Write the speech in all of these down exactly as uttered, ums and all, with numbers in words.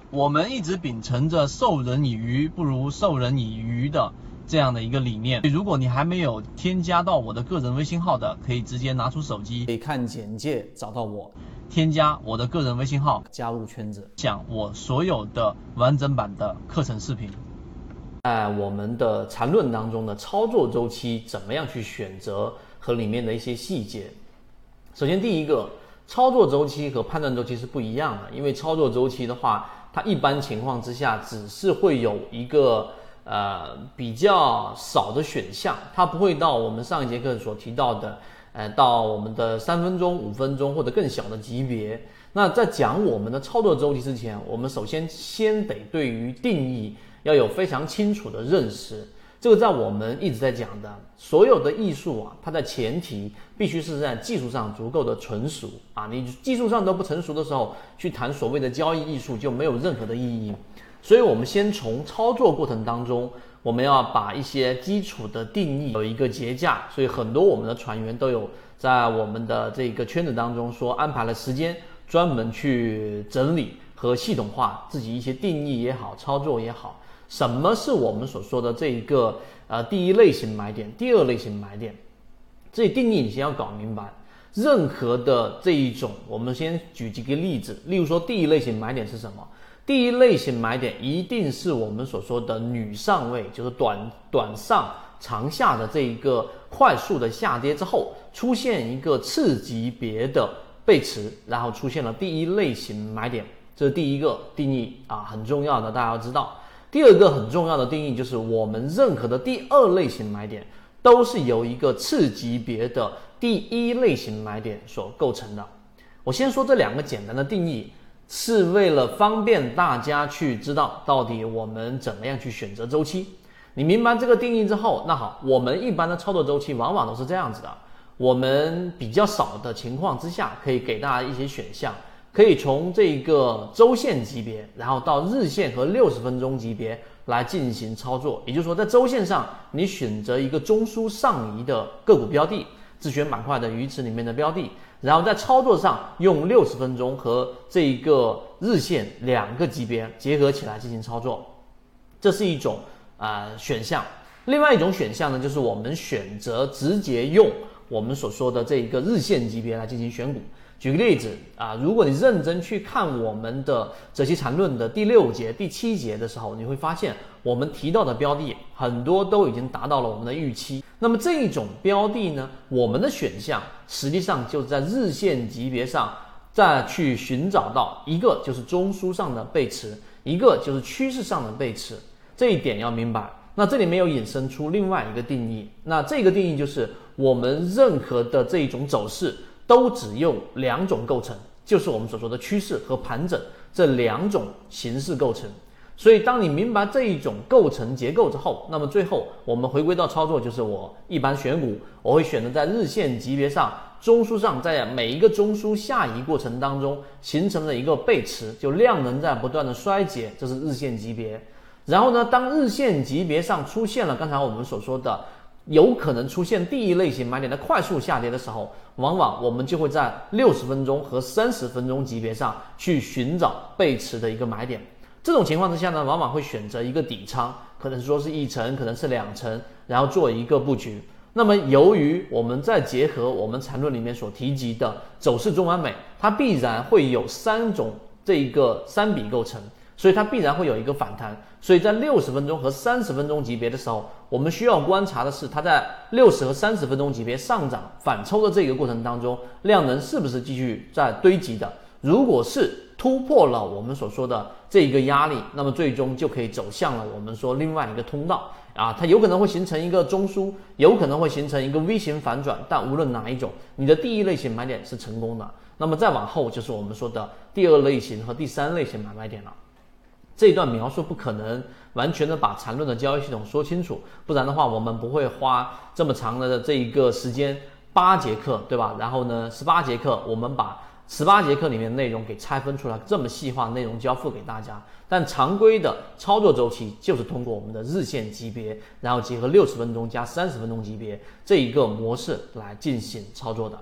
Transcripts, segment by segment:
我们一直秉承着授人以鱼不如授人以渔的这样的一个理念。如果你还没有添加到我的个人微信号的，可以直接拿出手机， 可以看简介找到我， 添加我的个人微信号， 加入圈子， 讲我所有的完整版的课程视频。 在我们的缠论当中的操作周期怎么样去选择和里面的一些细节。首先第一个，操作周期和判断周期是不一样的，因为操作周期的话，它一般情况之下只是会有一个呃比较少的选项，它不会到我们上一节课所提到的呃到我们的三分钟、五分钟或者更小的级别。那在讲我们的操作周期之前，我们首先先得对于定义要有非常清楚的认识。这个在我们一直在讲的所有的艺术啊，它的前提必须是在技术上足够的纯熟啊，你技术上都不成熟的时候，去谈所谓的交易艺术就没有任何的意义。所以我们先从操作过程当中，我们要把一些基础的定义有一个结架。所以很多我们的船员都有在我们的这个圈子当中说，安排了时间专门去整理和系统化自己一些定义也好，操作也好。什么是我们所说的这一个呃第一类型买点，第二类型买点？这里定义你先要搞明白。任何的这一种，我们先举几个例子，例如说第一类型买点是什么？第一类型买点一定是我们所说的女上位，就是短短上长下的这一个快速的下跌之后，出现一个次级别的背驰，然后出现了第一类型买点，这是第一个定义啊，很重要的，大家要知道。第二个很重要的定义就是我们任何的第二类型买点都是由一个次级别的第一类型买点所构成的。我先说这两个简单的定义，是为了方便大家去知道到底我们怎么样去选择周期。你明白这个定义之后，那好，我们一般的操作周期往往都是这样子的，我们比较少的情况之下可以给大家一些选项，可以从这个周线级别，然后到日线和六十分钟级别来进行操作。也就是说，在周线上，你选择一个中枢上移的个股标的，自选板块的鱼池里面的标的，然后在操作上用六十分钟和这一个日线两个级别结合起来进行操作，这是一种呃选项。另外一种选项呢，就是我们选择直接用我们所说的这一个日线级别来进行选股。举个例子啊，如果你认真去看我们的择期缠论的第六节、第七节的时候，你会发现我们提到的标的很多都已经达到了我们的预期。那么这一种标的呢，我们的选项实际上就是在日线级别上再去寻找到一个就是中枢上的背驰，一个就是趋势上的背驰，这一点要明白。那这里面有引申出另外一个定义，那这个定义就是我们任何的这一种走势都只用两种构成，就是我们所说的趋势和盘整这两种形式构成。所以当你明白这一种构成结构之后，那么最后我们回归到操作，就是我一般选股，我会选择在日线级别上、中枢上，在每一个中枢下移过程当中形成了一个背驰，就量能在不断的衰竭，这是日线级别。然后呢，当日线级别上出现了刚才我们所说的有可能出现第一类型买点的快速下跌的时候，往往我们就会在六十分钟和三十分钟级别上去寻找背驰的一个买点。这种情况之下呢，往往会选择一个底仓，可能说是一成，可能是两成，然后做一个布局。那么由于我们再结合我们缠论里面所提及的走势中完美，它必然会有三种这一个三笔构成，所以它必然会有一个反弹。所以在六十分钟和三十分钟级别的时候，我们需要观察的是它在六十和三十分钟级别上涨反抽的这个过程当中，量能是不是继续在堆积的。如果是突破了我们所说的这一个压力，那么最终就可以走向了我们说另外一个通道啊，它有可能会形成一个中枢，有可能会形成一个 V 型反转，但无论哪一种，你的第一类型买点是成功的。那么再往后就是我们说的第二类型和第三类型买卖点了。这一段描述不可能完全的把缠论的交易系统说清楚，不然的话我们不会花这么长的这一个时间，八节课，对吧？然后呢，十八节课我们把十八节课里面的内容给拆分出来，这么细化的内容交付给大家。但常规的操作周期就是通过我们的日线级别，然后结合六十分钟加三十分钟级别这一个模式来进行操作的。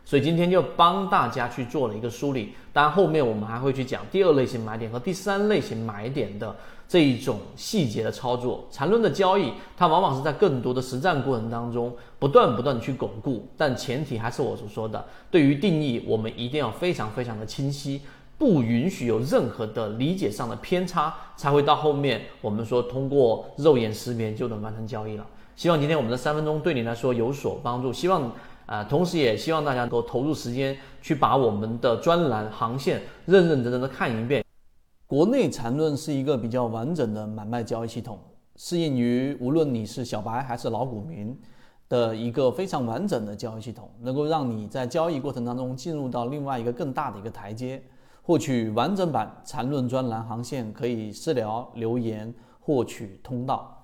所以今天就帮大家去做了一个梳理。当然后面我们还会去讲第二类型买点和第三类型买点的这一种细节的操作。缠论的交易它往往是在更多的实战过程当中不断不断的去巩固，但前提还是我所说的，对于定义我们一定要非常非常的清晰，不允许有任何的理解上的偏差，才会到后面我们说通过肉眼识别就能完成交易了。希望今天我们的三分钟对你来说有所帮助，希望呃，同时也希望大家能够投入时间去把我们的专栏航线认认真真的看一遍。国内缠论是一个比较完整的买卖交易系统，适应于无论你是小白还是老股民的一个非常完整的交易系统，能够让你在交易过程当中进入到另外一个更大的一个台阶。获取完整版缠论专栏航线可以私聊留言获取通道。